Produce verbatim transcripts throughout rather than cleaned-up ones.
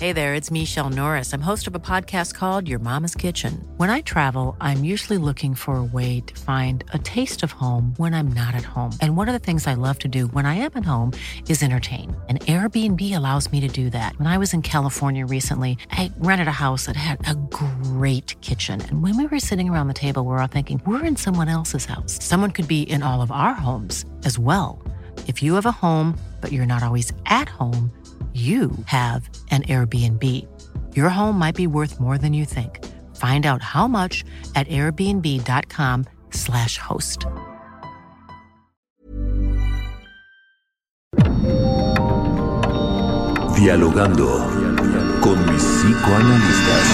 Hey there, it's Michelle Norris. I'm host of a podcast called Your Mama's Kitchen. When I travel, I'm usually looking for a way to find a taste of home when I'm not at home. And one of the things I love to do when I am at home is entertain. And Airbnb allows me to do that. When I was in California recently, I rented a house that had a great kitchen. And when we were sitting around the table, we were all thinking, we're in someone else's house. Someone could be in all of our homes as well. If you have a home, but you're not always at home, you have an Airbnb. Your home might be worth more than you think. Find out how much at airbnb.com slash host. Dialogando con mis psicoanalistas.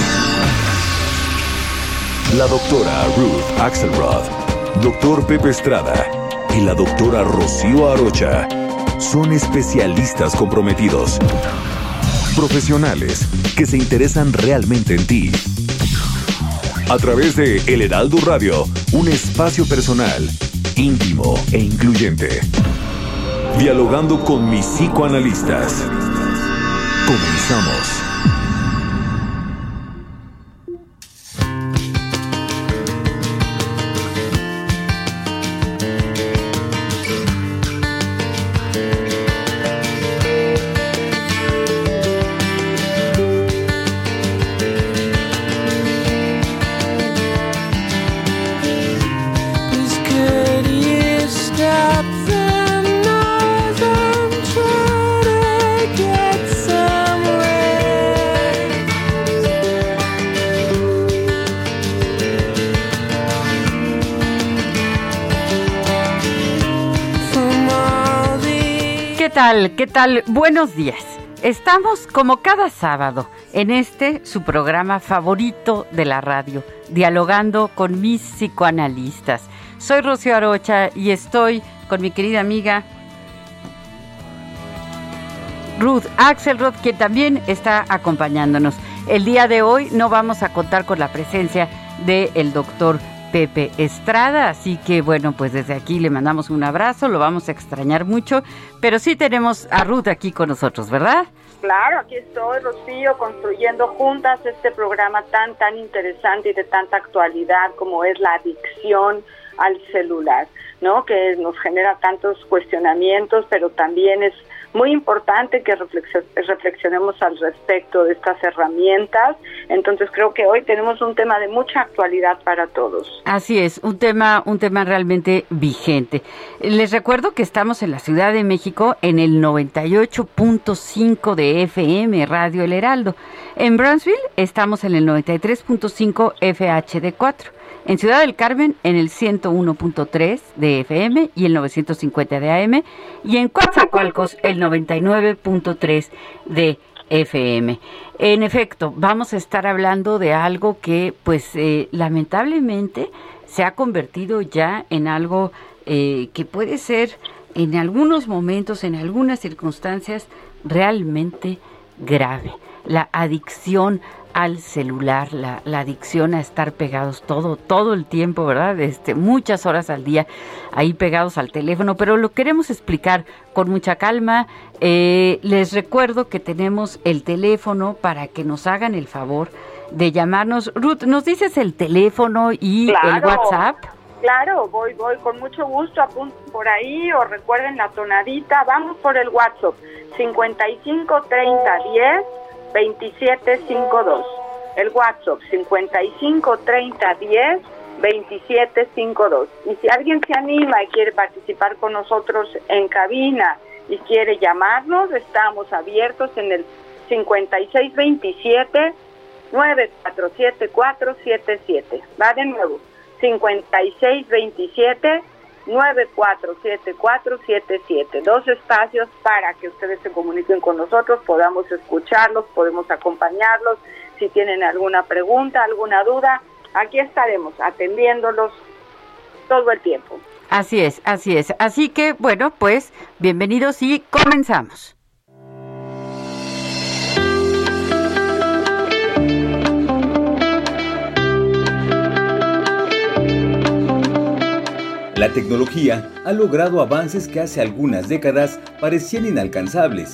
La doctora Ruth Axelrod, doctor Pepe Estrada y la doctora Rocío Arocha son especialistas comprometidos, profesionales que se interesan realmente en ti. A través de El Heraldo Radio, un espacio personal, íntimo e incluyente. Dialogando con mis psicoanalistas. Comenzamos. ¿Qué tal? ¿Qué tal? Buenos días. Estamos como cada sábado en este, su programa favorito de la radio, dialogando con mis psicoanalistas. Soy Rocío Arocha y estoy con mi querida amiga Ruth Axelrod, que también está acompañándonos. El día de hoy no vamos a contar con la presencia del doctor Pepe Estrada, así que bueno, pues desde aquí le mandamos un abrazo, lo vamos a extrañar mucho, pero sí tenemos a Ruth aquí con nosotros, ¿verdad? Claro, aquí estoy, Rocío, construyendo juntas este programa tan, tan interesante y de tanta actualidad como es la adicción al celular, ¿no? Que nos genera tantos cuestionamientos, pero también es muy importante que reflexionemos al respecto de estas herramientas. Entonces creo que hoy tenemos un tema de mucha actualidad para todos. Así es, un tema, un tema realmente vigente. Les recuerdo que estamos en la Ciudad de México en el noventa y ocho punto cinco de F M, Radio El Heraldo. En Brownsville estamos en el noventa y tres punto cinco F H D cuatro. En Ciudad del Carmen, en el ciento uno punto tres de F M y el novecientos cincuenta de A M, y en Coatzacoalcos, el noventa y nueve punto tres de F M. En efecto, vamos a estar hablando de algo que, pues, eh, lamentablemente se ha convertido ya en algo eh, que puede ser, en algunos momentos, en algunas circunstancias, realmente grave. La adicción al celular, la, la adicción a estar pegados todo, todo el tiempo, ¿verdad? Este, muchas horas al día ahí pegados al teléfono, pero lo queremos explicar con mucha calma. Eh, les recuerdo que tenemos el teléfono para que nos hagan el favor de llamarnos. Ruth, ¿nos dices el teléfono y claro, el WhatsApp? Claro, voy, voy, con mucho gusto, apunten por ahí o recuerden la tonadita. Vamos por el WhatsApp, cincuenta y cinco treinta diez veintisiete cincuenta y dos. El WhatsApp cincuenta y cinco treinta diez veintisiete cincuenta y dos. Y si alguien se anima y quiere participar con nosotros en cabina y quiere llamarnos, estamos abiertos en el cincuenta y seis veintisiete nueve cuatro siete cuatro siete siete. Va de nuevo, cincuenta y seis veintisiete nueve cuatro siete cuatro siete siete. Dos espacios para que ustedes se comuniquen con nosotros, podamos escucharlos, podemos acompañarlos. Si tienen alguna pregunta, alguna duda, aquí estaremos atendiéndolos todo el tiempo. Así es, así es. Así que, bueno, pues, bienvenidos y comenzamos. La tecnología ha logrado avances que hace algunas décadas parecían inalcanzables.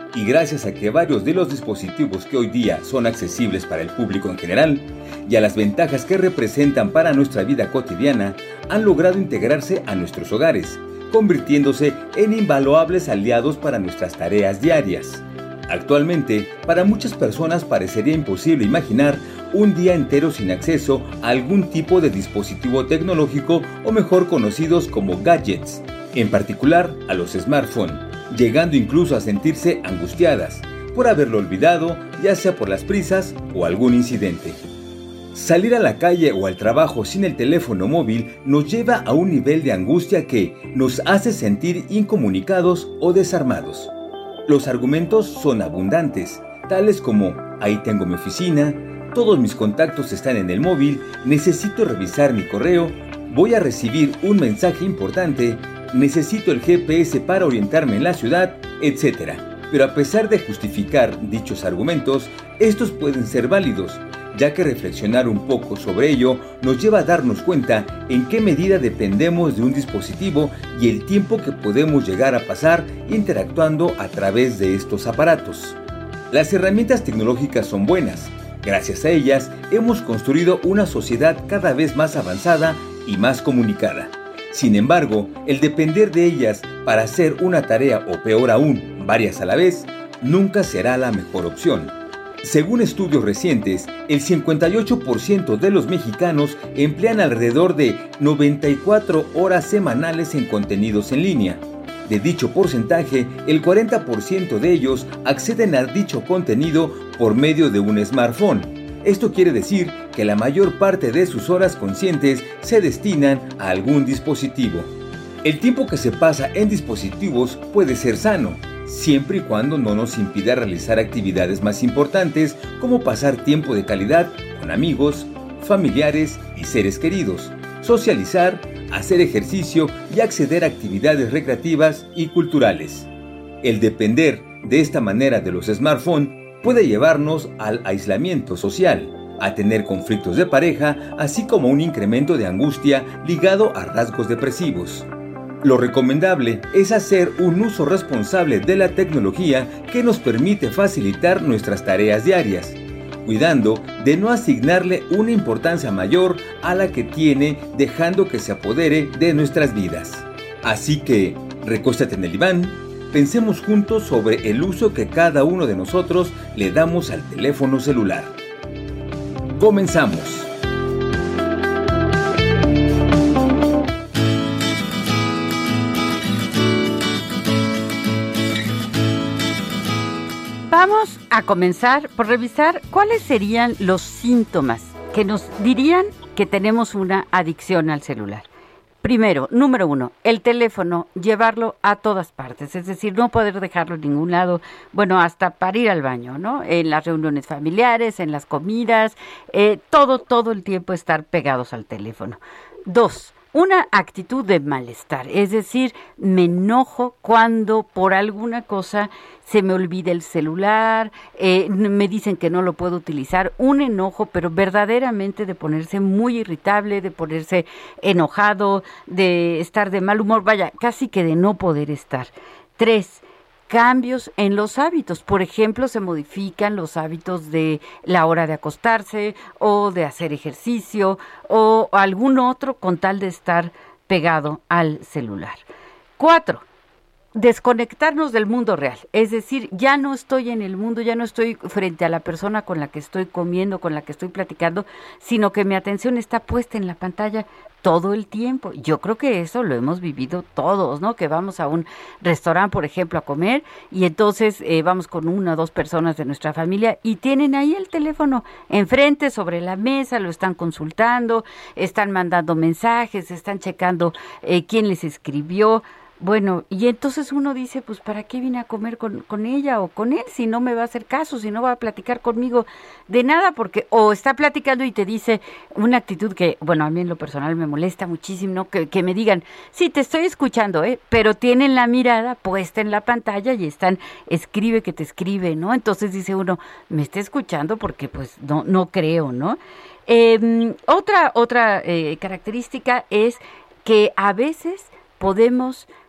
Y gracias a que varios de los dispositivos que hoy día son accesibles para el público en general, y a las ventajas que representan para nuestra vida cotidiana, han logrado integrarse a nuestros hogares, convirtiéndose en invaluables aliados para nuestras tareas diarias. Actualmente, para muchas personas parecería imposible imaginar un día entero sin acceso a algún tipo de dispositivo tecnológico o mejor conocidos como gadgets, en particular a los smartphones, llegando incluso a sentirse angustiadas por haberlo olvidado, ya sea por las prisas o algún incidente. Salir a la calle o al trabajo sin el teléfono móvil nos lleva a un nivel de angustia que nos hace sentir incomunicados o desarmados. Los argumentos son abundantes, tales como: ahí tengo mi oficina, todos mis contactos están en el móvil, necesito revisar mi correo, voy a recibir un mensaje importante, necesito el G P S para orientarme en la ciudad, etcétera. Pero a pesar de justificar dichos argumentos, estos pueden ser válidos, ya que reflexionar un poco sobre ello nos lleva a darnos cuenta en qué medida dependemos de un dispositivo y el tiempo que podemos llegar a pasar interactuando a través de estos aparatos. Las herramientas tecnológicas son buenas. Gracias a ellas hemos construido una sociedad cada vez más avanzada y más comunicada. Sin embargo, el depender de ellas para hacer una tarea o peor aún, varias a la vez, nunca será la mejor opción. Según estudios recientes, el cincuenta y ocho por ciento de los mexicanos emplean alrededor de noventa y cuatro horas semanales en contenidos en línea. De dicho porcentaje, el cuarenta por ciento de ellos acceden a dicho contenido por medio de un smartphone. Esto quiere decir que la mayor parte de sus horas conscientes se destinan a algún dispositivo. El tiempo que se pasa en dispositivos puede ser sano, siempre y cuando no nos impida realizar actividades más importantes como pasar tiempo de calidad con amigos, familiares y seres queridos, socializar, hacer ejercicio y acceder a actividades recreativas y culturales. El depender de esta manera de los smartphones puede llevarnos al aislamiento social, a tener conflictos de pareja, así como un incremento de angustia ligado a rasgos depresivos. Lo recomendable es hacer un uso responsable de la tecnología que nos permite facilitar nuestras tareas diarias, cuidando de no asignarle una importancia mayor a la que tiene, dejando que se apodere de nuestras vidas. Así que, recóstate en el diván, pensemos juntos sobre el uso que cada uno de nosotros le damos al teléfono celular. Comenzamos. Vamos a comenzar por revisar cuáles serían los síntomas que nos dirían que tenemos una adicción al celular. Primero, número uno, el teléfono, llevarlo a todas partes, es decir, no poder dejarlo en ningún lado, bueno, hasta para ir al baño, ¿no? En las reuniones familiares, en las comidas, eh, todo, todo el tiempo estar pegados al teléfono. Dos, una actitud de malestar, es decir, me enojo cuando por alguna cosa se me olvida el celular, eh, me dicen que no lo puedo utilizar, un enojo, pero verdaderamente de ponerse muy irritable, de ponerse enojado, de estar de mal humor, vaya, casi que de no poder estar. Tres, cambios en los hábitos. Por ejemplo, se modifican los hábitos de la hora de acostarse o de hacer ejercicio o algún otro con tal de estar pegado al celular. Cuatro, desconectarnos del mundo real. Es decir, ya no estoy en el mundo, ya no estoy frente a la persona con la que estoy comiendo, con la que estoy platicando, sino que mi atención está puesta en la pantalla todo el tiempo. Yo creo que eso lo hemos vivido todos, ¿no? Que vamos a un restaurante, por ejemplo, a comer y entonces eh, vamos con una o dos personas de nuestra familia y tienen ahí el teléfono enfrente, sobre la mesa, lo están consultando, están mandando mensajes, están checando eh, quién les escribió. Bueno, y entonces uno dice, pues, ¿para qué vine a comer con, con ella o con él si no me va a hacer caso, si no va a platicar conmigo de nada? Porque o está platicando y te dice una actitud que, bueno, a mí en lo personal me molesta muchísimo, ¿no? Que, que me digan, sí, te estoy escuchando, ¿eh? Pero tienen la mirada puesta en la pantalla y están, escribe que te escribe, ¿no? Entonces dice uno, me está escuchando porque, pues, no, no creo, ¿no? Eh, otra, otra eh, característica es que a veces podemos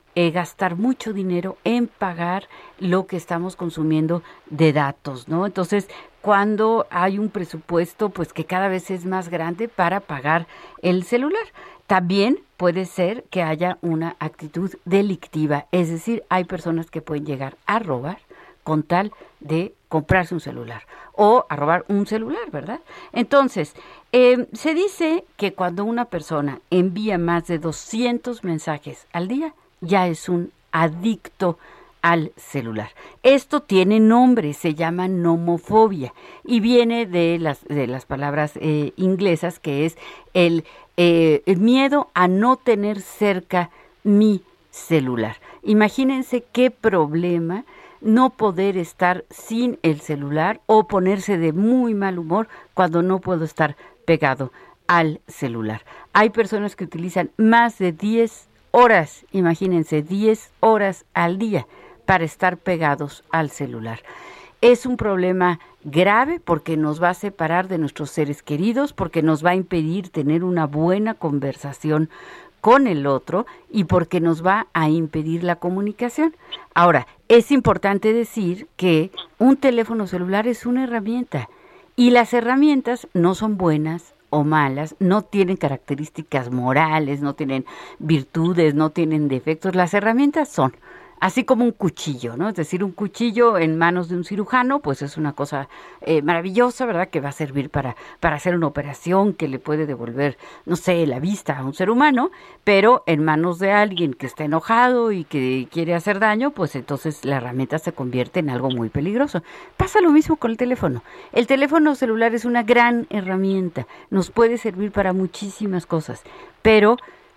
eh, gastar mucho dinero en pagar lo que estamos consumiendo de datos, ¿no? Entonces, cuando hay un presupuesto, pues que cada vez es más grande para pagar el celular. También puede ser que haya una actitud delictiva, es decir, hay personas que pueden llegar a robar con tal de comprarse un celular o a robar un celular, ¿verdad? Entonces, eh, se dice que cuando una persona envía más de doscientos mensajes al día, ya es un adicto al celular. Esto tiene nombre, se llama nomofobia y viene de las, de las palabras eh, inglesas, que es el, eh, el miedo a no tener cerca mi celular. Imagínense qué problema no poder estar sin el celular o ponerse de muy mal humor cuando no puedo estar pegado al celular. Hay personas que utilizan más de diez horas, imagínense, diez horas al día para estar pegados al celular. Es un problema grave porque nos va a separar de nuestros seres queridos, porque nos va a impedir tener una buena conversación con el otro y porque nos va a impedir la comunicación. Ahora, es importante decir que un teléfono celular es una herramienta y las herramientas no son buenas o malas, no tienen características morales, no tienen virtudes, no tienen defectos. Las herramientas son así como un cuchillo, ¿no? Es decir, un cuchillo en manos de un cirujano, pues es una cosa eh, maravillosa, ¿verdad? Que va a servir para, para hacer una operación que le puede devolver, no sé, la vista a un ser humano, pero en manos de alguien que está enojado y que quiere hacer daño, pues entonces la herramienta se convierte en algo muy peligroso. Pasa lo mismo con el teléfono. El teléfono celular es una gran herramienta, nos puede servir para muchísimas cosas, pero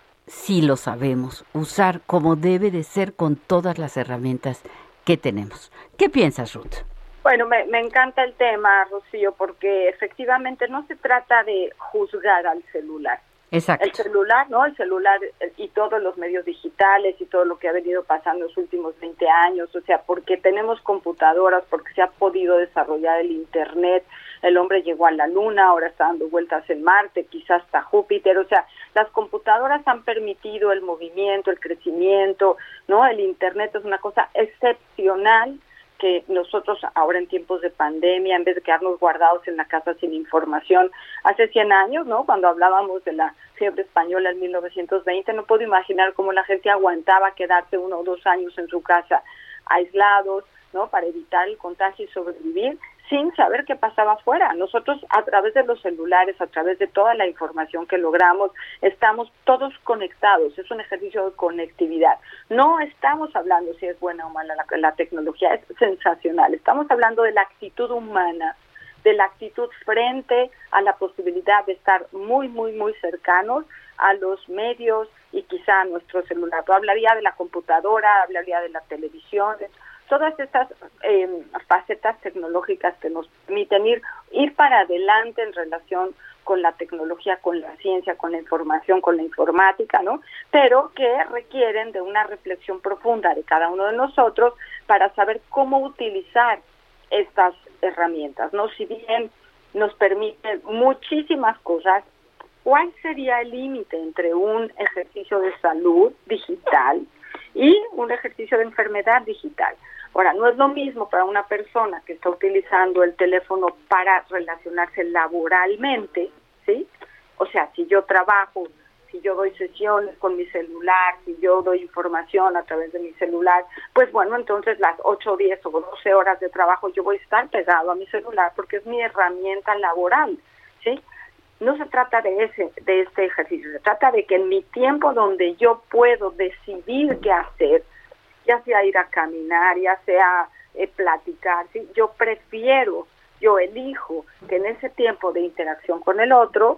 si lo sabemos usar como debe de ser con todas las herramientas que tenemos. ¿Qué piensas, Ruth? Bueno, me, me encanta el tema, Rocío, porque efectivamente no se trata de juzgar al celular. Exacto. El celular, ¿no? El celular y todos los medios digitales y todo lo que ha venido pasando en los últimos veinte años, o sea, porque tenemos computadoras, porque se ha podido desarrollar el Internet, el hombre llegó a la Luna, ahora está dando vueltas en Marte, quizás hasta Júpiter, o sea, las computadoras han permitido el movimiento, el crecimiento, ¿no? El Internet es una cosa excepcional que nosotros ahora en tiempos de pandemia, en vez de quedarnos guardados en la casa sin información, hace cien años, ¿no? Cuando hablábamos de la fiebre española en mil novecientos veinte, no puedo imaginar cómo la gente aguantaba quedarse uno o dos años en su casa aislados, ¿no? Para evitar el contagio y sobrevivir sin saber qué pasaba afuera. Nosotros, a través de los celulares, a través de toda la información que logramos, estamos todos conectados. Es un ejercicio de conectividad. No estamos hablando si es buena o mala la, la tecnología, es sensacional. Estamos hablando de la actitud humana, de la actitud frente a la posibilidad de estar muy, muy, muy cercanos a los medios y quizá a nuestro celular. Yo hablaría de la computadora, hablaría de la televisión, todas estas eh, facetas tecnológicas que nos permiten ir, ir para adelante en relación con la tecnología, con la ciencia, con la información, con la informática, ¿no? Pero que requieren de una reflexión profunda de cada uno de nosotros para saber cómo utilizar estas herramientas, ¿no? Si bien nos permiten muchísimas cosas, ¿cuál sería el límite entre un ejercicio de salud digital y un ejercicio de enfermedad digital? Ahora, no es lo mismo para una persona que está utilizando el teléfono para relacionarse laboralmente, ¿sí? O sea, si yo trabajo, si yo doy sesiones con mi celular, si yo doy información a través de mi celular, pues bueno, entonces las ocho, diez o doce horas de trabajo yo voy a estar pegado a mi celular porque es mi herramienta laboral, ¿sí? No se trata de ese, de este ejercicio, se trata de que en mi tiempo donde yo puedo decidir qué hacer, ya sea ir a caminar, ya sea eh, platicar, ¿sí? Yo prefiero, yo elijo que en ese tiempo de interacción con el otro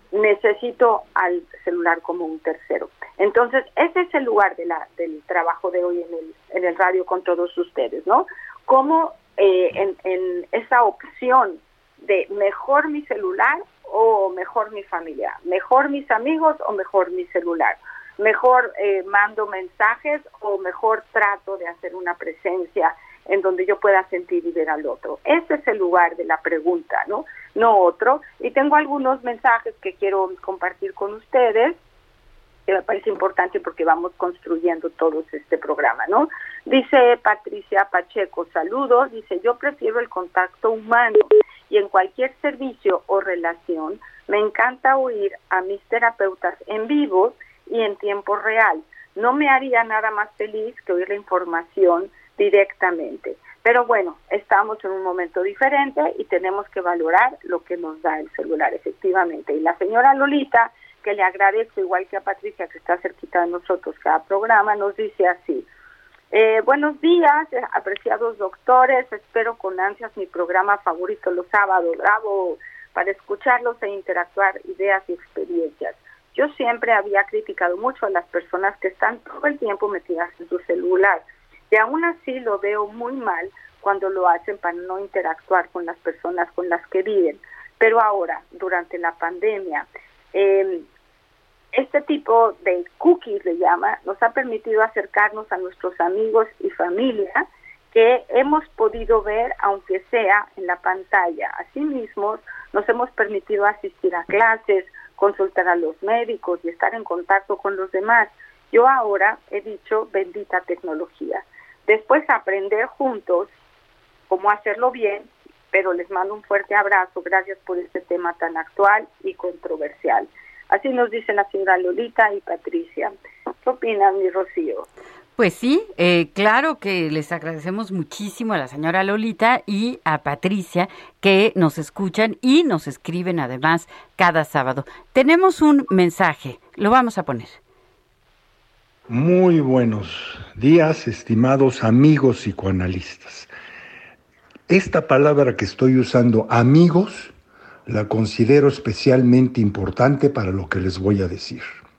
necesito al celular como un tercero. Entonces, ese es el lugar de la, del trabajo de hoy en el, en el radio con todos ustedes, ¿no? Cómo eh, en, en esa opción de mejor mi celular o mejor mi familia, mejor mis amigos o mejor mi celular, mejor eh, mando mensajes o mejor trato de hacer una presencia en donde yo pueda sentir y ver al otro. Ese es el lugar de la pregunta, ¿no? No otro. Y tengo algunos mensajes que quiero compartir con ustedes. que me parece importante porque vamos construyendo todos este programa, ¿no? Dice Patricia Pacheco, saludos, dice, yo prefiero el contacto humano y en cualquier servicio o relación me encanta oír a mis terapeutas en vivo y en tiempo real. No me haría nada más feliz que oír la información directamente. Pero bueno, estamos en un momento diferente y tenemos que valorar lo que nos da el celular, efectivamente. Y la señora Lolita, que le agradezco, igual que a Patricia, que está cerquita de nosotros cada programa, nos dice así, eh, buenos días, apreciados doctores, espero con ansias mi programa favorito los sábados, bravo, para escucharlos e interactuar ideas y experiencias. Yo siempre había criticado mucho a las personas que están todo el tiempo metidas en su celular, y aún así lo veo muy mal cuando lo hacen para no interactuar con las personas con las que viven. Pero ahora, durante la pandemia, eh, este tipo de cookies, le llama, nos ha permitido acercarnos a nuestros amigos y familia que hemos podido ver, aunque sea en la pantalla. Asimismo, nos hemos permitido asistir a clases, consultar a los médicos y estar en contacto con los demás. Yo ahora he dicho bendita tecnología. Después aprender juntos cómo hacerlo bien, pero les mando un fuerte abrazo. Gracias por este tema tan actual y controversial. Así nos dicen la señora Lolita y Patricia. ¿Qué opinan, mi Rocío? Pues sí, eh, claro que les agradecemos muchísimo a la señora Lolita y a Patricia que nos escuchan y nos escriben además cada sábado. Tenemos un mensaje, lo vamos a poner. Muy buenos días, estimados amigos psicoanalistas. Esta palabra que estoy usando, amigos, la considero especialmente importante para lo que les voy a decir.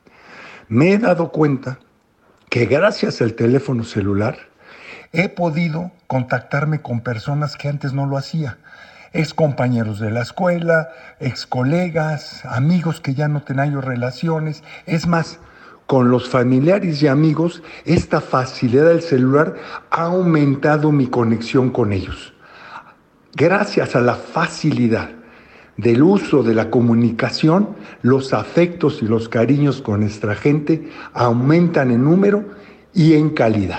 Me he dado cuenta que gracias al teléfono celular he podido contactarme con personas que antes no lo hacía. Ex compañeros de la escuela, ex colegas, amigos que ya no tenían relaciones. Es más, con los familiares y amigos, esta facilidad del celular ha aumentado mi conexión con ellos. Gracias a la facilidad del uso de la comunicación, los afectos y los cariños con nuestra gente aumentan en número y en calidad.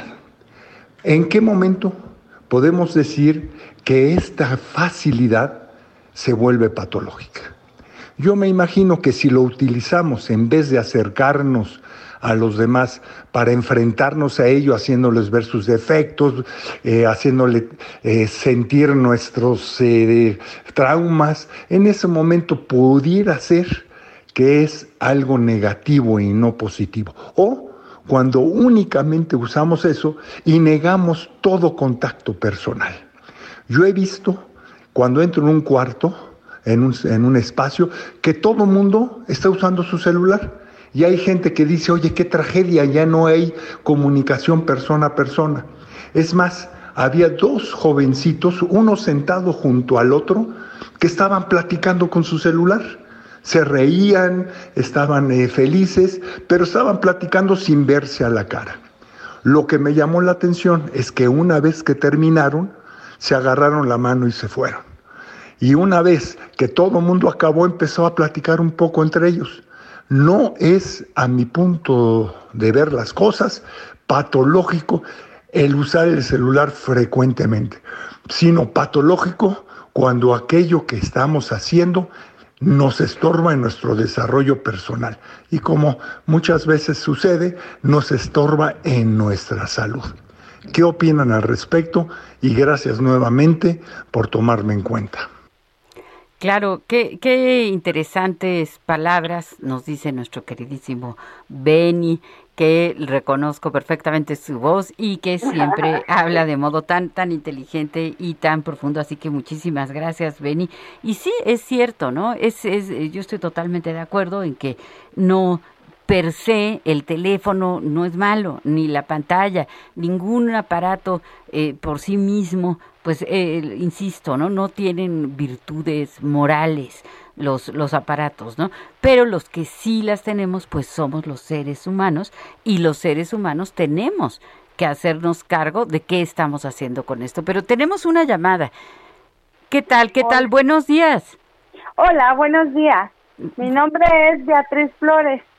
¿En qué momento podemos decir que esta facilidad se vuelve patológica? Yo me imagino que si lo utilizamos en vez de acercarnos a los demás para enfrentarnos a ello, haciéndoles ver sus defectos, eh, haciéndole eh, sentir nuestros eh, traumas, en ese momento pudiera ser que es algo negativo y no positivo. O cuando únicamente usamos eso y negamos todo contacto personal. Yo he visto, cuando entro en un cuarto, en un, en un espacio, que todo mundo está usando su celular. Y hay gente que dice, oye, qué tragedia, ya no hay comunicación persona a persona. Es más, había dos jovencitos, uno sentado junto al otro, que estaban platicando con su celular. Se reían, estaban eh, felices, pero estaban platicando sin verse a la cara. Lo que me llamó la atención es que una vez que terminaron, se agarraron la mano y se fueron. Y una vez que todo el mundo acabó, empezó a platicar un poco entre ellos. No es, a mi punto de ver las cosas, patológico el usar el celular frecuentemente, sino patológico cuando aquello que estamos haciendo nos estorba en nuestro desarrollo personal. Y como muchas veces sucede, nos estorba en nuestra salud. ¿Qué opinan al respecto? Y gracias nuevamente por tomarme en cuenta. Claro, qué, qué interesantes palabras nos dice nuestro queridísimo Benny, que reconozco perfectamente su voz y que siempre habla de modo tan tan inteligente y tan profundo, así que muchísimas gracias, Benny. Y sí, es cierto, ¿no? Es, es yo estoy totalmente de acuerdo en que no per se el teléfono no es malo, ni la pantalla, ningún aparato eh, por sí mismo, pues eh, insisto, no no tienen virtudes morales los los aparatos, ¿no? Pero los que sí las tenemos, pues somos los seres humanos, y los seres humanos tenemos que hacernos cargo de qué estamos haciendo con esto. Pero tenemos una llamada. ¿Qué tal? ¿Qué tal? Buenos días. Hola, buenos días. Mi nombre es Beatriz Flores.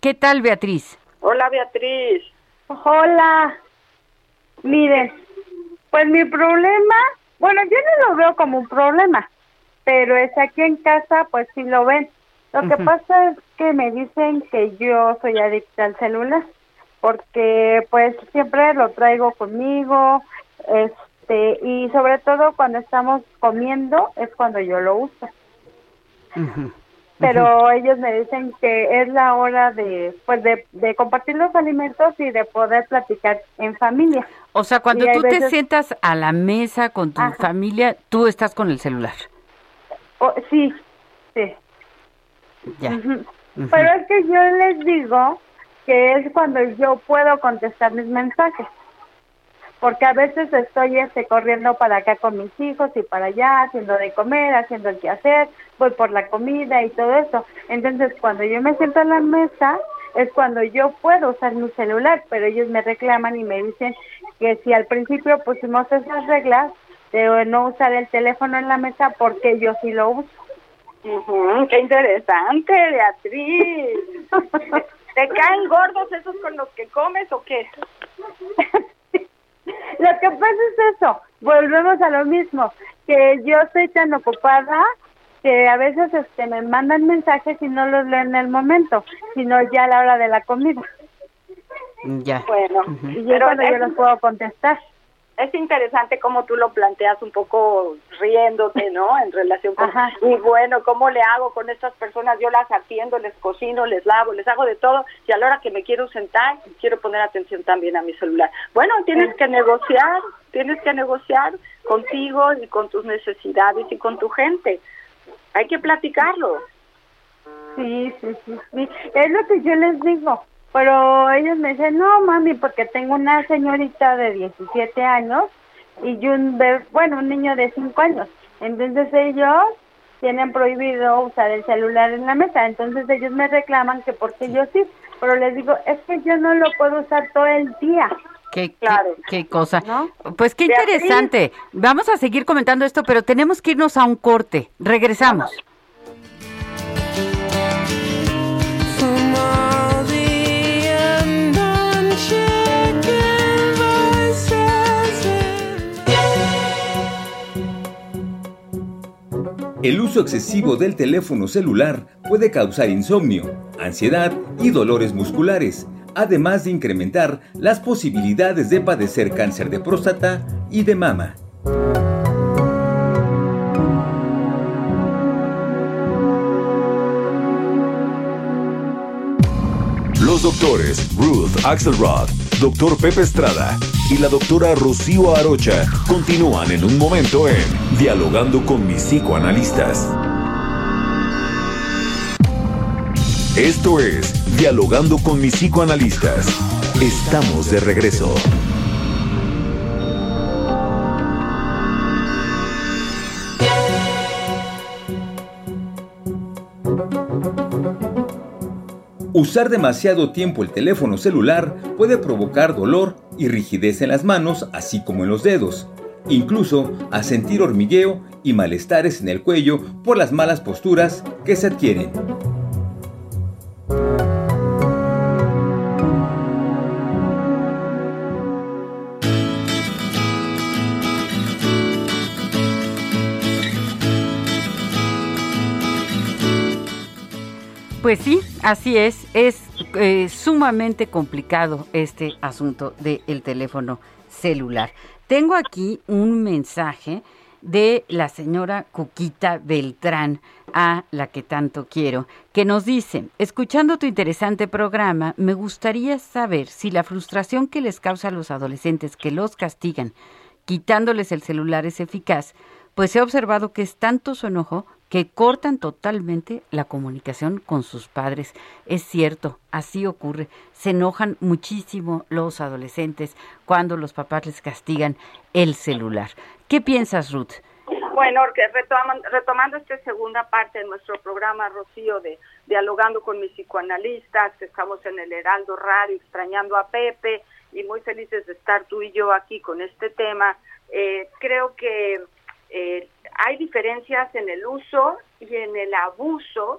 ¿Qué tal, Beatriz? Hola, Beatriz. Hola. Miren, pues mi problema, bueno, yo no lo veo como un problema, pero es aquí en casa, pues sí lo ven. Lo uh-huh. que pasa es que me dicen que yo soy adicta al celular, porque pues siempre lo traigo conmigo, este, y sobre todo cuando estamos comiendo es cuando yo lo uso. Uh-huh. Pero uh-huh. ellos me dicen que es la hora de, pues de, de compartir los alimentos y de poder platicar en familia. O sea, cuando tú veces... te sientas a la mesa con tu Ajá. familia, tú estás con el celular. Oh, sí, sí. Ya. Uh-huh. Uh-huh. Pero es que yo les digo que es cuando yo puedo contestar mis mensajes. Porque a veces estoy este, corriendo para acá con mis hijos y para allá, haciendo de comer, haciendo el quehacer, voy por la comida y todo eso. Entonces, cuando yo me siento en la mesa, es cuando yo puedo usar mi celular, pero ellos me reclaman y me dicen que si al principio pusimos esas reglas de no usar el teléfono en la mesa, porque yo sí lo uso. Uh-huh, ¡qué interesante, Beatriz! ¿Te caen gordos esos con los que comes o qué? Lo que pasa es eso, volvemos a lo mismo, que yo estoy tan ocupada que a veces este me mandan mensajes y no los leo en el momento, sino ya a la hora de la comida. Ya. Bueno, uh-huh. y yo cuando yo los puedo contestar. Es interesante cómo tú lo planteas un poco riéndote, ¿no? En relación con, Ajá. y bueno, ¿cómo le hago con estas personas? Yo las atiendo, les cocino, les lavo, les hago de todo, y a la hora que me quiero sentar, quiero poner atención también a mi celular. Bueno, tienes que negociar, tienes que negociar contigo y con tus necesidades y con tu gente. Hay que platicarlo. Sí, sí, sí, sí. Es lo que yo les digo. Pero ellos me dicen, no, mami, porque tengo una señorita de diecisiete años y un bebé, bueno, un niño de cinco años. Entonces ellos tienen prohibido usar el celular en la mesa. Entonces ellos me reclaman que porque yo sí. Pero les digo, es que yo no lo puedo usar todo el día. Qué, claro. qué, qué cosa. ¿No? Pues qué interesante. Vamos a seguir comentando esto, pero tenemos que irnos a un corte. Regresamos. El uso excesivo del teléfono celular puede causar insomnio, ansiedad y dolores musculares, además de incrementar las posibilidades de padecer cáncer de próstata y de mama. Los doctores Ruth Axelrod, doctor Pepe Estrada y la doctora Rocío Arocha continúan en un momento en Dialogando con mis psicoanalistas. Esto es Dialogando con mis psicoanalistas. Estamos de regreso. Usar demasiado tiempo el teléfono celular puede provocar dolor y rigidez en las manos, así como en los dedos, incluso a sentir hormigueo y malestares en el cuello por las malas posturas que se adquieren. Pues sí, así es, es eh, sumamente complicado este asunto del teléfono celular. Tengo aquí un mensaje de la señora Cuquita Beltrán, a la que tanto quiero, que nos dice: escuchando tu interesante programa, me gustaría saber si la frustración que les causa a los adolescentes que los castigan, quitándoles el celular, es eficaz, pues he observado que es tanto su enojo que cortan totalmente la comunicación con sus padres. Es cierto, así ocurre. Se enojan muchísimo los adolescentes cuando los papás les castigan el celular. ¿Qué piensas, Ruth? Bueno, retomando, retomando esta segunda parte de nuestro programa, Rocío, de Dialogando con mis psicoanalistas, que estamos en el Heraldo Radio, extrañando a Pepe y muy felices de estar tú y yo aquí con este tema. Eh, creo que Eh, hay diferencias en el uso y en el abuso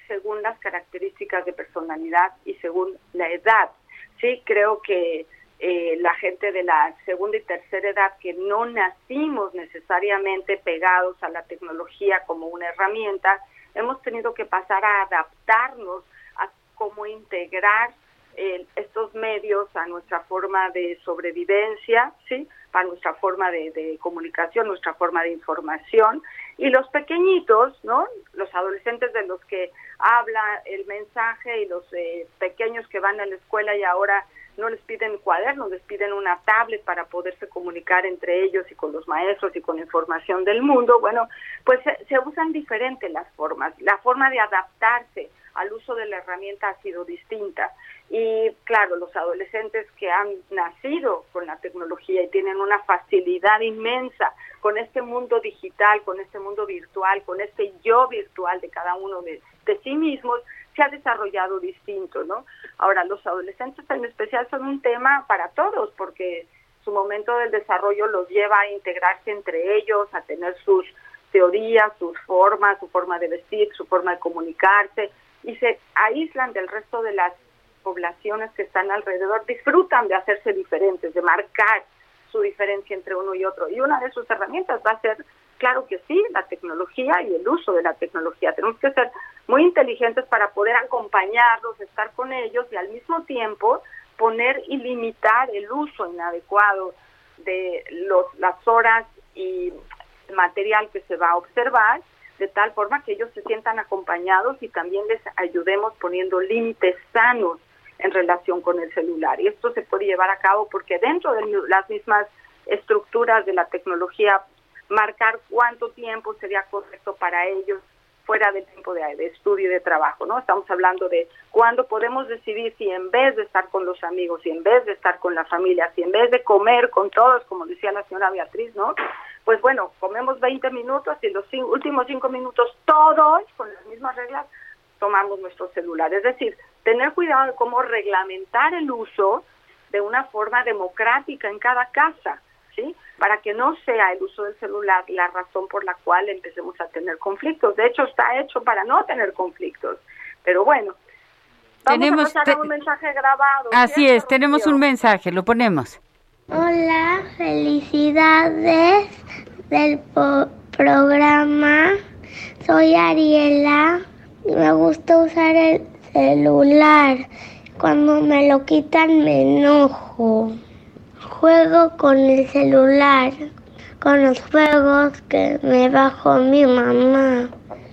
según las características de personalidad y según la edad. Sí, creo que eh, la gente de la segunda y tercera edad que no nacimos necesariamente pegados a la tecnología como una herramienta, hemos tenido que pasar a adaptarnos a cómo integrar eh, estos medios a nuestra forma de sobrevivencia, ¿sí? A nuestra forma de, de comunicación, nuestra forma de información. Y los pequeñitos, ¿no? Los adolescentes de los que habla el mensaje y los eh, pequeños que van a la escuela y ahora no les piden cuadernos, les piden una tablet para poderse comunicar entre ellos y con los maestros y con información del mundo. Bueno, pues se, se usan diferentes las formas. La forma de adaptarse al uso de la herramienta ha sido distinta. Y claro, los adolescentes que han nacido con la tecnología y tienen una facilidad inmensa con este mundo digital, con este mundo virtual, con este yo virtual de cada uno de, de sí mismos, se ha desarrollado distinto, ¿no? Ahora, los adolescentes en especial son un tema para todos, porque su momento del desarrollo los lleva a integrarse entre ellos, a tener sus teorías, sus formas, su forma de vestir, su forma de comunicarse, y se aíslan del resto de las poblaciones que están alrededor, disfrutan de hacerse diferentes, de marcar su diferencia entre uno y otro. Y una de sus herramientas va a ser, claro que sí, la tecnología y el uso de la tecnología. Tenemos que ser muy inteligentes para poder acompañarlos, estar con ellos y al mismo tiempo poner y limitar el uso inadecuado de los, las horas y material que se va a observar, de tal forma que ellos se sientan acompañados y también les ayudemos poniendo límites sanos en relación con el celular. Y esto se puede llevar a cabo porque dentro de las mismas estructuras de la tecnología, marcar cuánto tiempo sería correcto para ellos fuera del tiempo de, de estudio y de trabajo, ¿no? Estamos hablando de cuándo podemos decidir si en vez de estar con los amigos, si en vez de estar con la familia, si en vez de comer con todos, como decía la señora Beatriz, ¿no? Pues bueno, comemos veinte minutos y los cinco, últimos cinco minutos todos, con las mismas reglas, tomamos nuestro celular. Es decir, tener cuidado de cómo reglamentar el uso de una forma democrática en cada casa, ¿sí? Para que no sea el uso del celular la razón por la cual empecemos a tener conflictos. De hecho, está hecho para no tener conflictos. Pero bueno, vamos tenemos, a pasar te... a un mensaje grabado. Así es, Rocío? Tenemos un mensaje, lo ponemos. Hola, felicidades del po- programa. Soy Ariela y me gusta usar el celular. Cuando me lo quitan me enojo. Juego con el celular, con los juegos que me bajó mi mamá.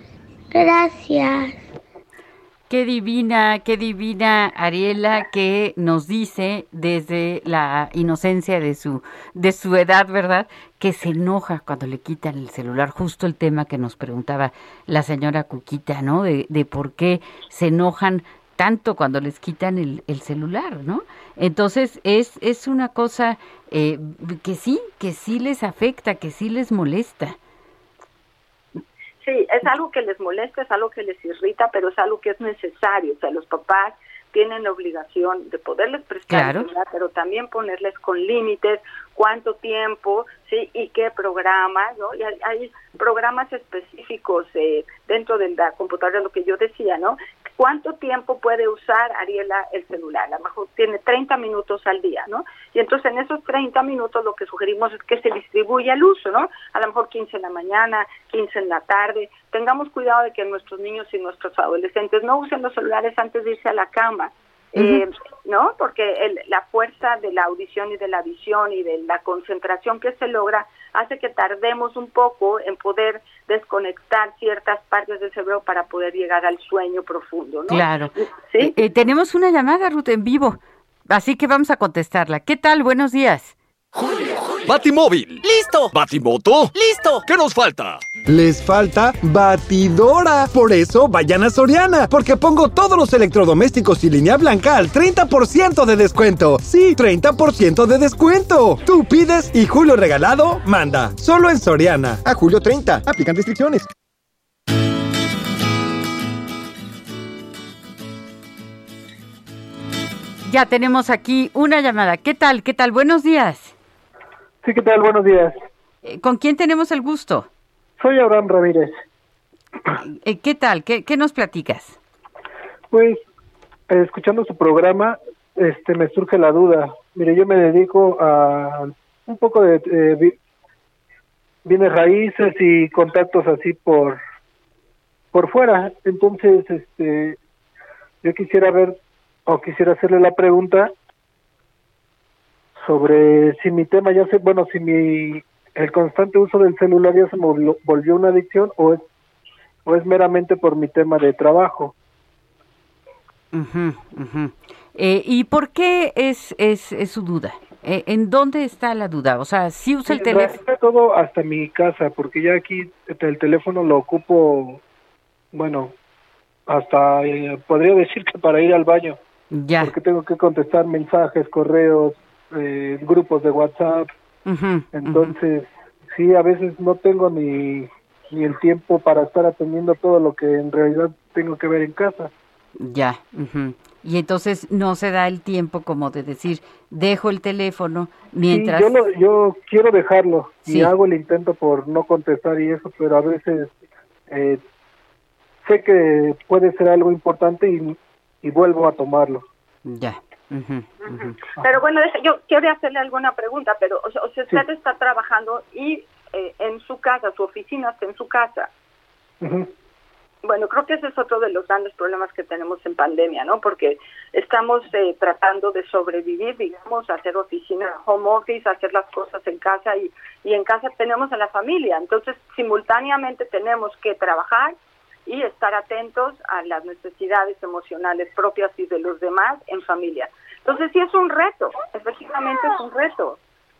Gracias. Qué divina, qué divina Ariela, que nos dice desde la inocencia de su de su edad, ¿verdad?, que se enoja cuando le quitan el celular. Justo el tema que nos preguntaba la señora Cuquita, ¿no?, de, de por qué se enojan tanto cuando les quitan el, el celular, ¿no? Entonces es es una cosa eh, que sí, que sí les afecta, que sí les molesta. Sí, es algo que les molesta, es algo que les irrita, pero es algo que es necesario. O sea, los papás tienen la obligación de poderles prestar claro. ayuda, pero también ponerles con límites, cuánto tiempo, sí, y qué programas, ¿no? Y hay, hay programas específicos eh, dentro de la computadora, lo que yo decía, ¿no? ¿Cuánto tiempo puede usar Ariela el celular? A lo mejor tiene treinta minutos al día, ¿no? Y entonces en esos treinta minutos lo que sugerimos es que se distribuya el uso, ¿no? A lo mejor quince en la mañana, quince en la tarde. Tengamos cuidado de que nuestros niños y nuestros adolescentes no usen los celulares antes de irse a la cama. Uh-huh. Eh, ¿no? Porque el, la fuerza de la audición y de la visión y de la concentración que se logra hace que tardemos un poco en poder desconectar ciertas partes del cerebro para poder llegar al sueño profundo, ¿no? Claro. ¿Sí? Eh, eh, tenemos una llamada, Ruth, en vivo, así que vamos a contestarla. ¿Qué tal? Buenos días. Julio, Julio. Batimóvil. ¡Listo! ¿Batimoto? ¡Listo! ¿Qué nos falta? Les falta batidora. Por eso vayan a Soriana, porque pongo todos los electrodomésticos y línea blanca al treinta por ciento de descuento. Sí, treinta por ciento de descuento. Tú pides y Julio Regalado manda. Solo en Soriana. A julio treinta. Aplican restricciones. Ya tenemos aquí una llamada. ¿Qué tal? ¿Qué tal? Buenos días. Sí, ¿qué tal? Buenos días. ¿Con quién tenemos el gusto? Soy Abraham Ramírez. ¿Qué tal? ¿Qué, qué nos platicas? después, eh, escuchando su programa, este, me surge la duda. Mire, yo me dedico a un poco de eh, bienes raíces y contactos así por por fuera. Entonces, este, yo quisiera ver o quisiera hacerle la pregunta sobre si mi tema ya se, bueno, si mi el constante uso del celular ya se me volvió una adicción o es o es meramente por mi tema de trabajo. Uh-huh, uh-huh. Eh, ¿Y por qué es, es, es su duda? Eh, ¿En dónde está la duda? O sea, ¿sí usa el teléfono? Todo hasta mi casa, porque ya aquí el teléfono lo ocupo, bueno, hasta eh, podría decir que para ir al baño. Ya. Porque tengo que contestar mensajes, correos, eh, grupos de WhatsApp. Uh-huh, Entonces, uh-huh. sí, a veces no tengo ni, ni el tiempo para estar atendiendo todo lo que en realidad tengo que ver en casa. Ya. Uh-huh. Y entonces no se da el tiempo como de decir, dejo el teléfono mientras... Sí, yo, lo, yo quiero dejarlo sí. y hago el intento por no contestar y eso, pero a veces eh, sé que puede ser algo importante y, y vuelvo a tomarlo. Ya. Uh-huh, uh-huh. Pero bueno, yo quiero hacerle alguna pregunta, pero o sea, usted sí. está trabajando y eh, en su casa, su oficina está en su casa. Uh-huh. Bueno, creo que ese es otro de los grandes problemas que tenemos en pandemia, ¿no? Porque estamos eh, tratando de sobrevivir, digamos, hacer oficina, home office, hacer las cosas en casa y, y en casa tenemos a la familia. Entonces, simultáneamente tenemos que trabajar y estar atentos a las necesidades emocionales propias y de los demás en familia. Entonces, sí es un reto, efectivamente es un reto.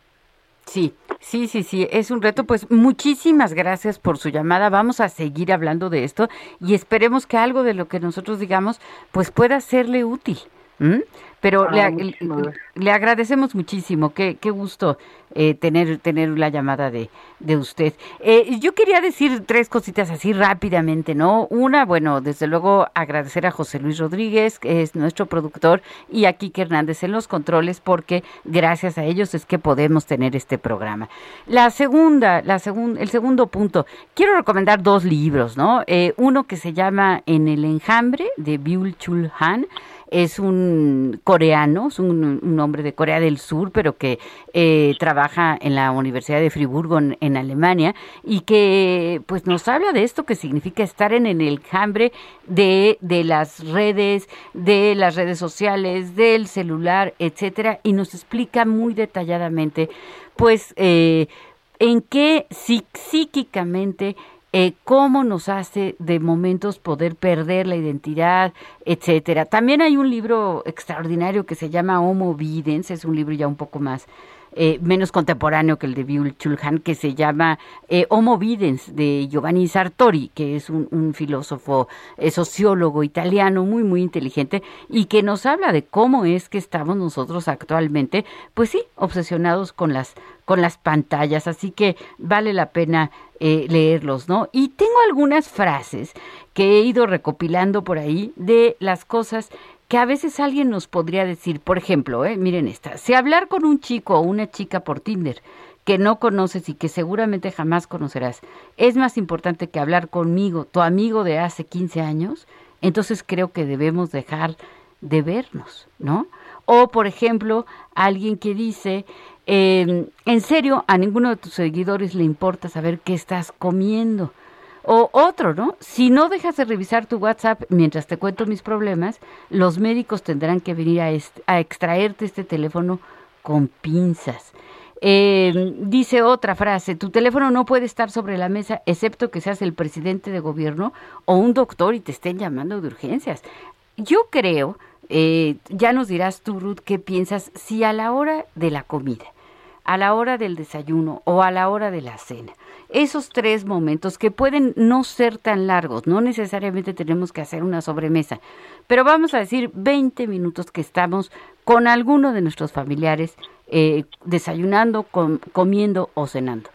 Sí, sí, sí, sí, es un reto. Pues muchísimas gracias por su llamada. Vamos a seguir hablando de esto y esperemos que algo de lo que nosotros digamos pues pueda serle útil. ¿Mm? Pero ah, le, le, le agradecemos muchísimo, qué, qué gusto eh, tener tener la llamada de, de usted. Eh, yo quería decir tres cositas así rápidamente, ¿no? Una, bueno, desde luego agradecer a José Luis Rodríguez, que es nuestro productor, y a Kike Hernández en los controles, porque gracias a ellos es que podemos tener este programa. La segunda, la segun, el segundo punto, quiero recomendar dos libros, ¿no? Eh, uno que se llama En el enjambre, de Byul-Chul Han. Es un coreano, es un, un hombre de Corea del Sur, pero que eh, trabaja en la Universidad de Friburgo en, en Alemania y que pues nos habla de esto que significa estar en, en el enjambre de, de las redes, de las redes sociales, del celular, etcétera, y nos explica muy detalladamente pues eh, en qué psí- psíquicamente Eh, cómo nos hace de momentos poder perder la identidad, etcétera. También hay un libro extraordinario que se llama Homo Videns, es un libro ya un poco más eh, menos contemporáneo que el de Byul-Chul Han, que se llama eh, Homo Videns, de Giovanni Sartori, que es un, un filósofo, eh, sociólogo italiano muy, muy inteligente, y que nos habla de cómo es que estamos nosotros actualmente, pues sí, obsesionados con las con las pantallas, así que vale la pena eh, leerlos, ¿no? Y tengo algunas frases que he ido recopilando por ahí de las cosas que a veces alguien nos podría decir. Por ejemplo, eh, miren esta, si hablar con un chico o una chica por Tinder que no conoces y que seguramente jamás conocerás es más importante que hablar conmigo, tu amigo de hace quince años, entonces creo que debemos dejar de vernos, ¿no? O, por ejemplo, alguien que dice, eh, en serio, a ninguno de tus seguidores le importa saber qué estás comiendo. O otro, ¿no? Si no dejas de revisar tu WhatsApp mientras te cuento mis problemas, los médicos tendrán que venir a, est- a extraerte este teléfono con pinzas. Eh, dice otra frase, tu teléfono no puede estar sobre la mesa excepto que seas el presidente de gobierno o un doctor y te estén llamando de urgencias. Yo creo... Eh, ya nos dirás tú, Ruth, qué piensas si a la hora de la comida, a la hora del desayuno o a la hora de la cena, esos tres momentos que pueden no ser tan largos, no necesariamente tenemos que hacer una sobremesa, pero vamos a decir veinte minutos que estamos con alguno de nuestros familiares eh, desayunando, com- comiendo o cenando.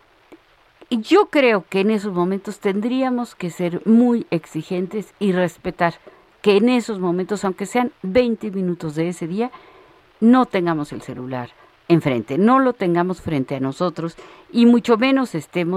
Y yo creo que en esos momentos tendríamos que ser muy exigentes y respetar que en esos momentos, aunque sean veinte minutos de ese día, no tengamos el celular enfrente, no lo tengamos frente a nosotros y mucho menos estemos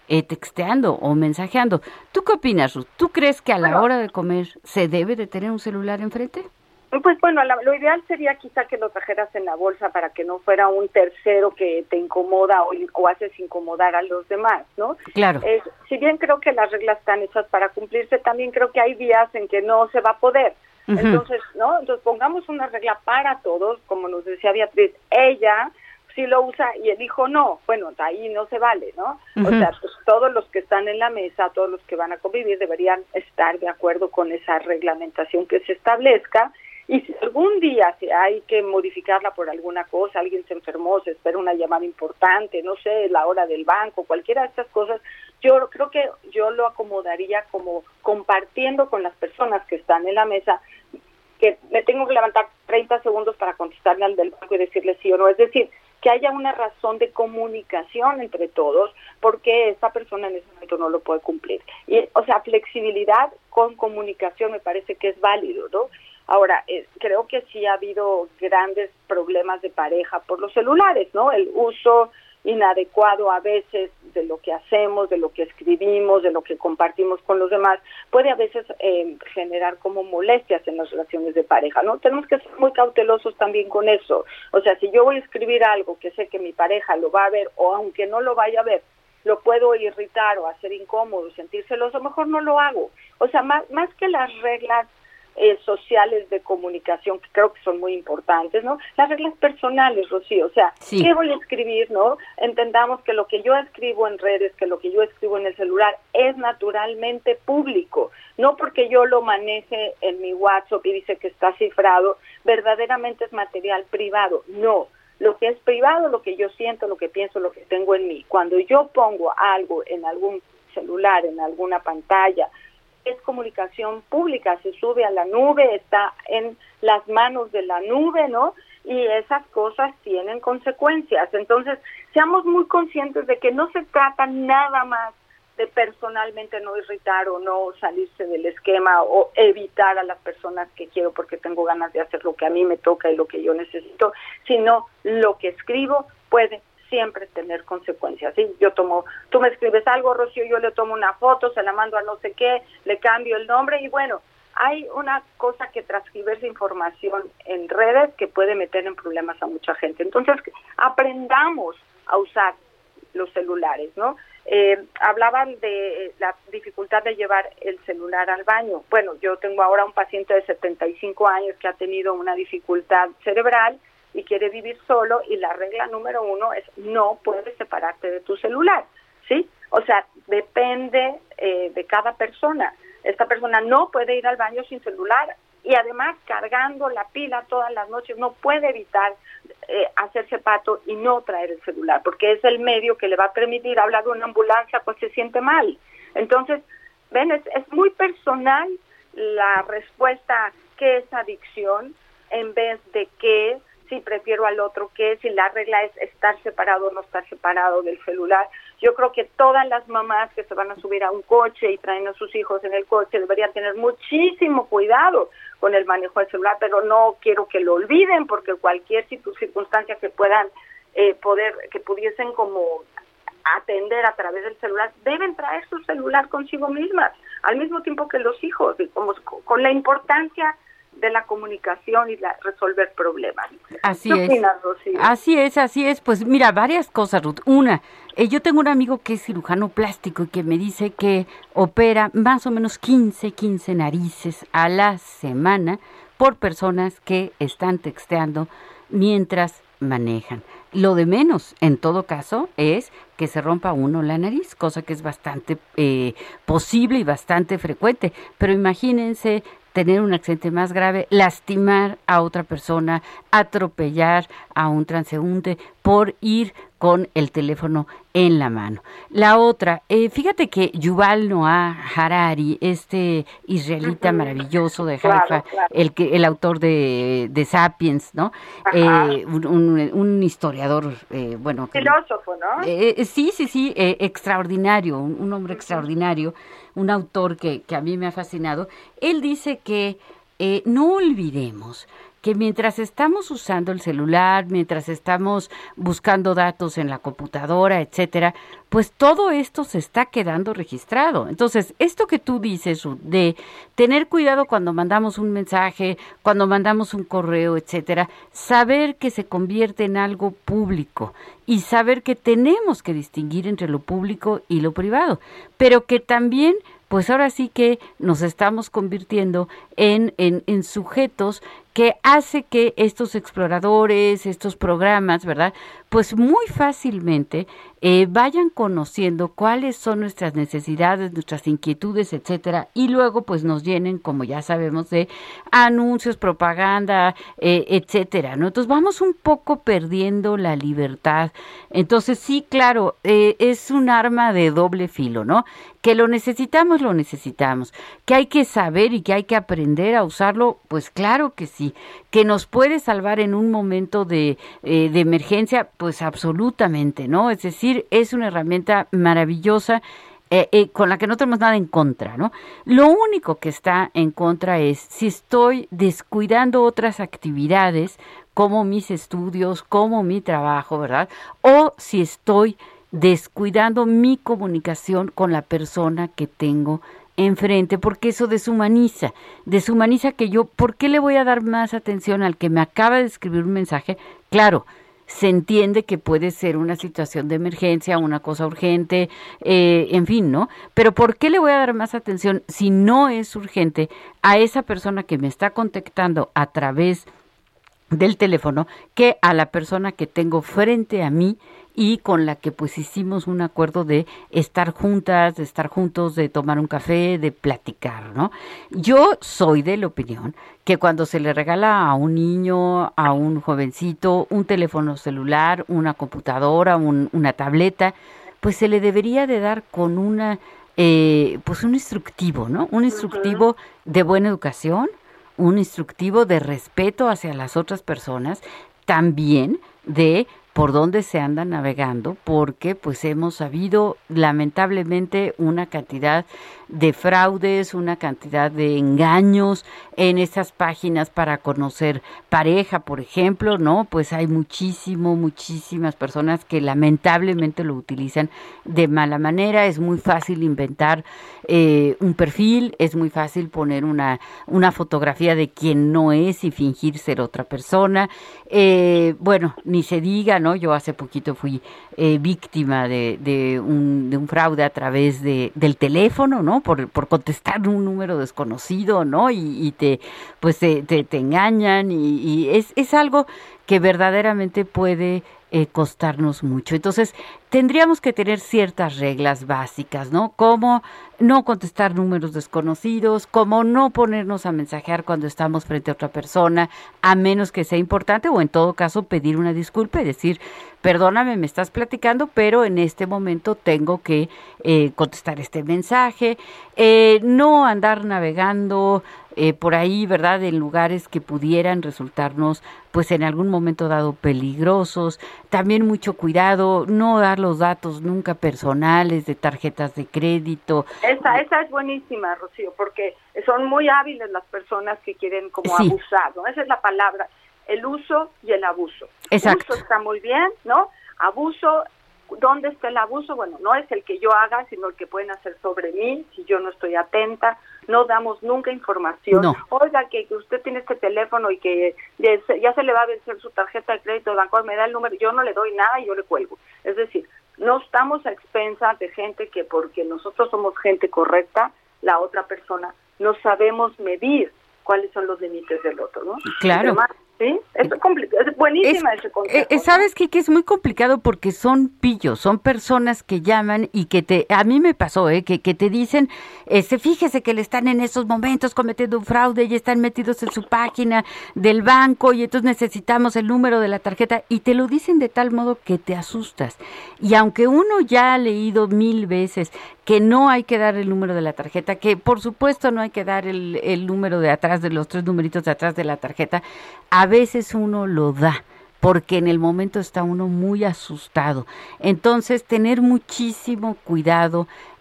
eh, texteando o mensajeando. ¿Tú qué opinas, Ruth? ¿Tú crees que a la Bueno, hora de comer se debe de tener un celular enfrente? Pues bueno, la, lo ideal sería quizá que lo trajeras en la bolsa para que no fuera un tercero que te incomoda o, o haces incomodar a los demás, ¿no? Claro. Eh, si bien creo que las reglas están hechas para cumplirse, también creo que hay días en que no se va a poder. Uh-huh. Entonces, ¿no? Entonces pongamos una regla para todos, como nos decía Beatriz, ella sí lo usa y el hijo no, bueno, ahí no se vale, ¿no? Uh-huh. O sea, pues todos los que están en la mesa, todos los que van a convivir deberían estar de acuerdo con esa reglamentación que se establezca. Y si algún día si hay que modificarla por alguna cosa, alguien se enfermó, se espera una llamada importante, no sé, la hora del banco, cualquiera de estas cosas, yo creo que yo lo acomodaría como compartiendo con las personas que están en la mesa, que me tengo que levantar treinta segundos para contestarle al del banco y decirle sí o no. Es decir, que haya una razón de comunicación entre todos, porque esta persona en ese momento no lo puede cumplir. Y, o sea, flexibilidad con comunicación me parece que es válido, ¿no? Ahora, eh, creo que sí ha habido grandes problemas de pareja por los celulares, ¿no? El uso inadecuado a veces de lo que hacemos, de lo que escribimos, de lo que compartimos con los demás, puede a veces eh, generar como molestias en las relaciones de pareja, ¿no? Tenemos que ser muy cautelosos también con eso. O sea, si yo voy a escribir algo que sé que mi pareja lo va a ver, o aunque no lo vaya a ver, lo puedo irritar o hacer incómodo, sentir celoso, mejor no lo hago. O sea, más, más que las reglas Eh, sociales de comunicación, que creo que son muy importantes, ¿no? Las reglas personales, Rocío, o sea, sí. ¿Qué voy a escribir, no? Entendamos que lo que yo escribo en redes, que lo que yo escribo en el celular es naturalmente público, no porque yo lo maneje en mi WhatsApp y dice que está cifrado, verdaderamente es material privado, no. Lo que es privado, lo que yo siento, lo que pienso, lo que tengo en mí. Cuando yo pongo algo en algún celular, en alguna pantalla, es comunicación pública, se sube a la nube, está en las manos de la nube, ¿no? Y esas cosas tienen consecuencias. Entonces, seamos muy conscientes de que no se trata nada más de personalmente no irritar o no salirse del esquema o evitar a las personas que quiero porque tengo ganas de hacer lo que a mí me toca y lo que yo necesito, sino lo que escribo puede siempre tener consecuencias, ¿sí? Yo tomo, tú me escribes algo, Rocío, yo le tomo una foto, se la mando a no sé qué, le cambio el nombre y bueno, hay una cosa que transcribirse información en redes que puede meter en problemas a mucha gente. Entonces, aprendamos a usar los celulares, ¿no? Eh, hablaban de la dificultad de llevar el celular al baño. Bueno, yo tengo ahora un paciente de setenta y cinco años que ha tenido una dificultad cerebral y quiere vivir solo, y la regla número uno es no puedes separarte de tu celular, ¿sí? O sea, depende eh, de cada persona. Esta persona no puede ir al baño sin celular y además cargando la pila todas las noches no puede evitar eh, hacerse pato y no traer el celular, porque es el medio que le va a permitir hablar de una ambulancia cuando se siente mal. Entonces, ven, es, es muy personal la respuesta que es adicción en vez de que si prefiero al otro, que si la regla es estar separado o no estar separado del celular. Yo creo que todas las mamás que se van a subir a un coche y traen a sus hijos en el coche deberían tener muchísimo cuidado con el manejo del celular, pero no quiero que lo olviden, porque cualquier circunstancia que puedan eh, poder, que pudiesen como atender a través del celular, deben traer su celular consigo mismas, al mismo tiempo que los hijos, y como, con la importancia de la comunicación y la resolver problemas. Así ¿Qué es. opinas, Rocío? Así es, así es. Pues mira, varias cosas, Ruth. Una, eh, yo tengo un amigo que es cirujano plástico y que me dice que opera más o menos quince, quince narices a la semana por personas que están texteando mientras manejan. Lo de menos, en todo caso, es que se rompa uno la nariz, cosa que es bastante eh, posible y bastante frecuente. Pero imagínense tener un accidente más grave, lastimar a otra persona, atropellar a un transeúnte por ir con el teléfono en la mano. La otra, eh, fíjate que Yuval Noah Harari, este israelita uh-huh. maravilloso de Haifa, claro, claro. el que el autor de, de Sapiens, ¿no? Eh, un, un, un historiador, eh, bueno, filósofo, ¿no? Eh, sí, sí, sí, eh, extraordinario, un, un hombre uh-huh. extraordinario, un autor que, que a mí me ha fascinado. Él dice que eh, no olvidemos que mientras estamos usando el celular, mientras estamos buscando datos en la computadora, etcétera, pues todo esto se está quedando registrado. Entonces, esto que tú dices, Ruth, de tener cuidado cuando mandamos un mensaje, cuando mandamos un correo, etcétera, saber que se convierte en algo público y saber que tenemos que distinguir entre lo público y lo privado, pero que también, pues ahora sí que nos estamos convirtiendo en, en, en sujetos que hace que estos exploradores, estos programas, ¿verdad?, pues muy fácilmente eh, vayan conociendo cuáles son nuestras necesidades, nuestras inquietudes, etcétera, y luego pues nos llenen, como ya sabemos, de anuncios, propaganda, eh, etcétera, ¿no? Entonces vamos un poco perdiendo la libertad. Entonces sí, claro, eh, es un arma de doble filo, ¿no? Que lo necesitamos, lo necesitamos. Que hay que saber y que hay que aprender a usarlo, pues claro que sí. Que nos puede salvar en un momento de, eh, de emergencia, pues absolutamente, ¿no? Es decir, es una herramienta maravillosa eh, eh, con la que no tenemos nada en contra, ¿no? Lo único que está en contra es si estoy descuidando otras actividades como mis estudios, como mi trabajo, ¿verdad? O si estoy descuidando mi comunicación con la persona que tengo enfrente, porque eso deshumaniza, deshumaniza que yo, ¿por qué le voy a dar más atención al que me acaba de escribir un mensaje? Claro, se entiende que puede ser una situación de emergencia, una cosa urgente, eh, en fin, ¿no? Pero ¿por qué le voy a dar más atención si no es urgente a esa persona que me está contactando a través del teléfono que a la persona que tengo frente a mí y con la que pues hicimos un acuerdo de estar juntas, de estar juntos, de tomar un café, de platicar, ¿no? Yo soy de la opinión que cuando se le regala a un niño, a un jovencito, un teléfono celular, una computadora, un, una tableta, pues se le debería de dar con una, eh, pues un instructivo, ¿no? Un instructivo de buena educación, un instructivo de respeto hacia las otras personas, también de por dónde se anda navegando, porque pues hemos sabido lamentablemente una cantidad de fraudes, una cantidad de engaños en esas páginas para conocer pareja, por ejemplo, ¿no? Pues hay muchísimo, muchísimas personas que lamentablemente lo utilizan de mala manera. Es muy fácil inventar eh, un perfil, es muy fácil poner una, una fotografía de quien no es y fingir ser otra persona. Eh, bueno, ni se diga, ¿no? Yo hace poquito fui eh, víctima de, de, un, de un fraude a través de, del teléfono, ¿no? Por, por contestar un número desconocido, ¿no? Y, y te, pues te, te, te engañan y, y es, es algo que verdaderamente puede eh, costarnos mucho. Entonces, tendríamos que tener ciertas reglas básicas, ¿no? Como no contestar números desconocidos, como no ponernos a mensajear cuando estamos frente a otra persona, a menos que sea importante, o en todo caso pedir una disculpa y decir, perdóname, me estás platicando, pero en este momento tengo que eh, contestar este mensaje, eh, no andar navegando eh, por ahí, ¿verdad?, en lugares que pudieran resultarnos, pues en algún momento dado peligrosos. También mucho cuidado, no dar los datos nunca personales de tarjetas de crédito. Esa, esa es buenísima, Rocío, porque son muy hábiles las personas que quieren como Sí. abusar, ¿no? Esa es la palabra, el uso y el abuso. Exacto. Uso está muy bien, ¿no? Abuso, ¿dónde está el abuso? Bueno, no es el que yo haga, sino el que pueden hacer sobre mí si yo no estoy atenta. No damos nunca información. No. Oiga, que, que usted tiene este teléfono y que ya se, ya se le va a vencer su tarjeta de crédito de banco, me da el número, yo no le doy nada y yo le cuelgo. Es decir, no estamos a expensas de gente que porque nosotros somos gente correcta, la otra persona no sabemos medir cuáles son los límites del otro, ¿no? Claro. Además, sí, es complicado, es buenísima Es- ese consejo. eh, ¿Sabes qué? Que es muy complicado porque son pillos, son personas que llaman y que te, a mí me pasó, ¿eh? Que, que te dicen, este, fíjese que le están en esos momentos cometiendo un fraude y están metidos en su página del banco y entonces necesitamos el número de la tarjeta y te lo dicen de tal modo que te asustas. Y aunque uno ya ha leído mil veces que no hay que dar el número de la tarjeta, que por supuesto no hay que dar el, el número de atrás, de los tres numeritos de atrás de la tarjeta, a veces uno lo da, porque en el momento está uno muy asustado. Entonces, tener muchísimo cuidado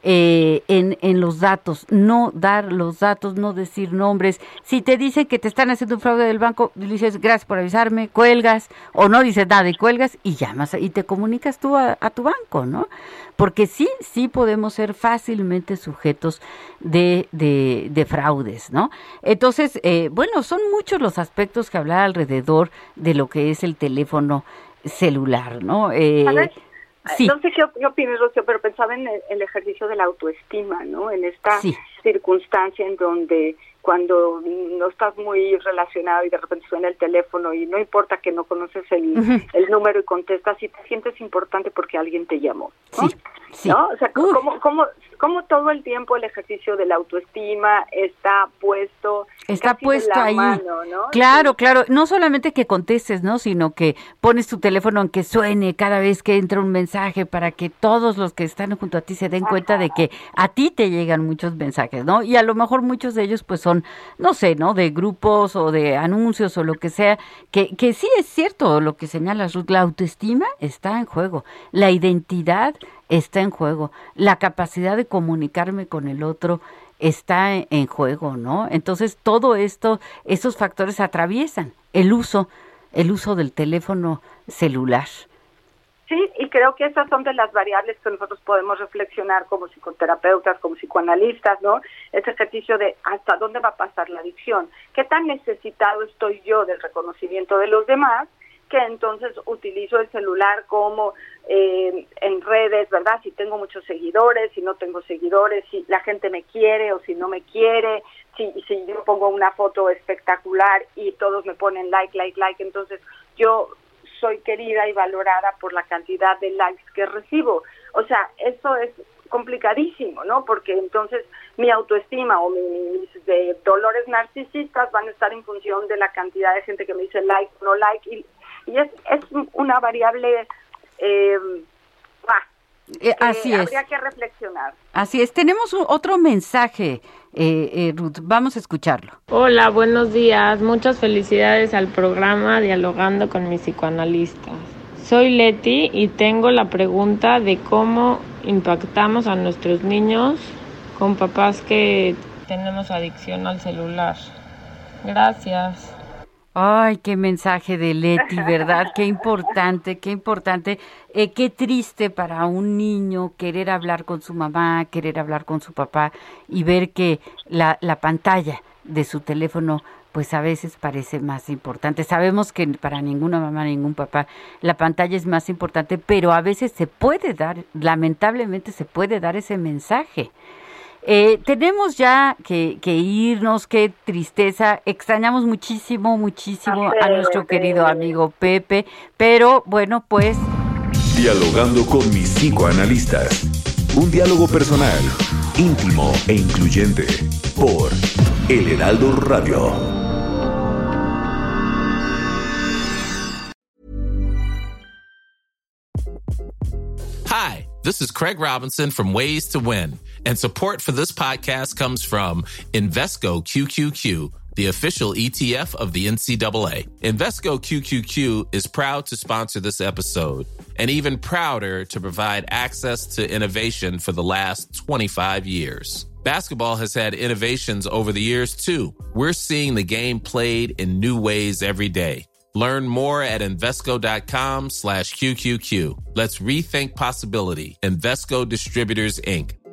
eh, en, en los datos, no dar los datos, no decir nombres. Si te dicen que te están haciendo un fraude del banco, dices gracias por avisarme, cuelgas, o no dices nada y cuelgas y llamas y te comunicas tú a, a tu banco, ¿no? Porque sí, sí podemos ser fácilmente sujetos de, de, de fraudes, ¿no? Entonces, eh, bueno, son muchos los aspectos que hablar alrededor de lo que es el teléfono celular, ¿no? Eh, ¿Sabes? Sí. No sé qué, qué opinas, Rocío, pero pensaba en el, el ejercicio de la autoestima, ¿no? En esta sí. circunstancia en donde cuando no estás muy relacionado y de repente suena el teléfono y no importa que no conoces el, uh-huh. el número y contestas y te sientes importante porque alguien te llamó, ¿no? Sí, sí. ¿No? O sea, ¿cómo, cómo, cómo todo el tiempo el ejercicio de la autoestima está puesto está puesto ahí, mano, ¿no? Claro, sí. claro, no solamente que contestes, ¿no? Sino que pones tu teléfono en que suene cada vez que entra un mensaje para que todos los que están junto a ti se den Ajá. cuenta de que a ti te llegan muchos mensajes, ¿no? Y a lo mejor muchos de ellos pues son, no sé, ¿no? De grupos o de anuncios o lo que sea, que, que sí es cierto lo que señala Ruth, la autoestima está en juego, la identidad está en juego, la capacidad de comunicarme con el otro está en juego, ¿no? Entonces todo esto, esos factores atraviesan el uso, el uso del teléfono celular. Sí, y creo que esas son de las variables que nosotros podemos reflexionar como psicoterapeutas, como psicoanalistas, ¿no? Ese ejercicio de hasta dónde va a pasar la adicción, qué tan necesitado estoy yo del reconocimiento de los demás, que entonces utilizo el celular como eh, en redes, ¿verdad? Si tengo muchos seguidores, si no tengo seguidores, si la gente me quiere o si no me quiere, si, si yo pongo una foto espectacular y todos me ponen like, like, like, entonces yo soy querida y valorada por la cantidad de likes que recibo. O sea, eso es complicadísimo, ¿no? Porque entonces mi autoestima o mi, mis de dolores narcisistas van a estar en función de la cantidad de gente que me dice like o no like, y, y es, es una variable eh, ah, eh, así que es. Habría que reflexionar. Así es. Tenemos un, otro mensaje, eh, eh, Ruth, vamos a escucharlo. Hola, buenos días, muchas felicidades al programa Dialogando con mis psicoanalistas. Soy Leti y tengo la pregunta de cómo impactamos a nuestros niños con papás que tenemos adicción al celular. Gracias. Ay, qué mensaje de Leti, ¿verdad? Qué importante, qué importante. Eh, qué triste para un niño querer hablar con su mamá, querer hablar con su papá y ver que la, la pantalla de su teléfono pues a veces parece más importante. Sabemos que para ninguna mamá, ningún papá, la pantalla es más importante, pero a veces se puede dar, lamentablemente se puede dar ese mensaje. Eh, tenemos ya que, que irnos, qué tristeza, extrañamos muchísimo, muchísimo a nuestro querido amigo Pepe, pero bueno, pues... Dialogando con mis psicoanalistas, un diálogo personal, íntimo e incluyente, por El Heraldo Radio. Hi, this is Craig Robinson from Ways to Win, and support for this podcast comes from Invesco Q Q Q, the official E T F of the N C double A. Invesco Q Q Q is proud to sponsor this episode, and even prouder to provide access to innovation for the last twenty-five years. Basketball has had innovations over the years, too. We're seeing the game played in new ways every day. Learn more at Invesco.com slash QQQ. Let's rethink possibility. Invesco Distributors, Incorporated.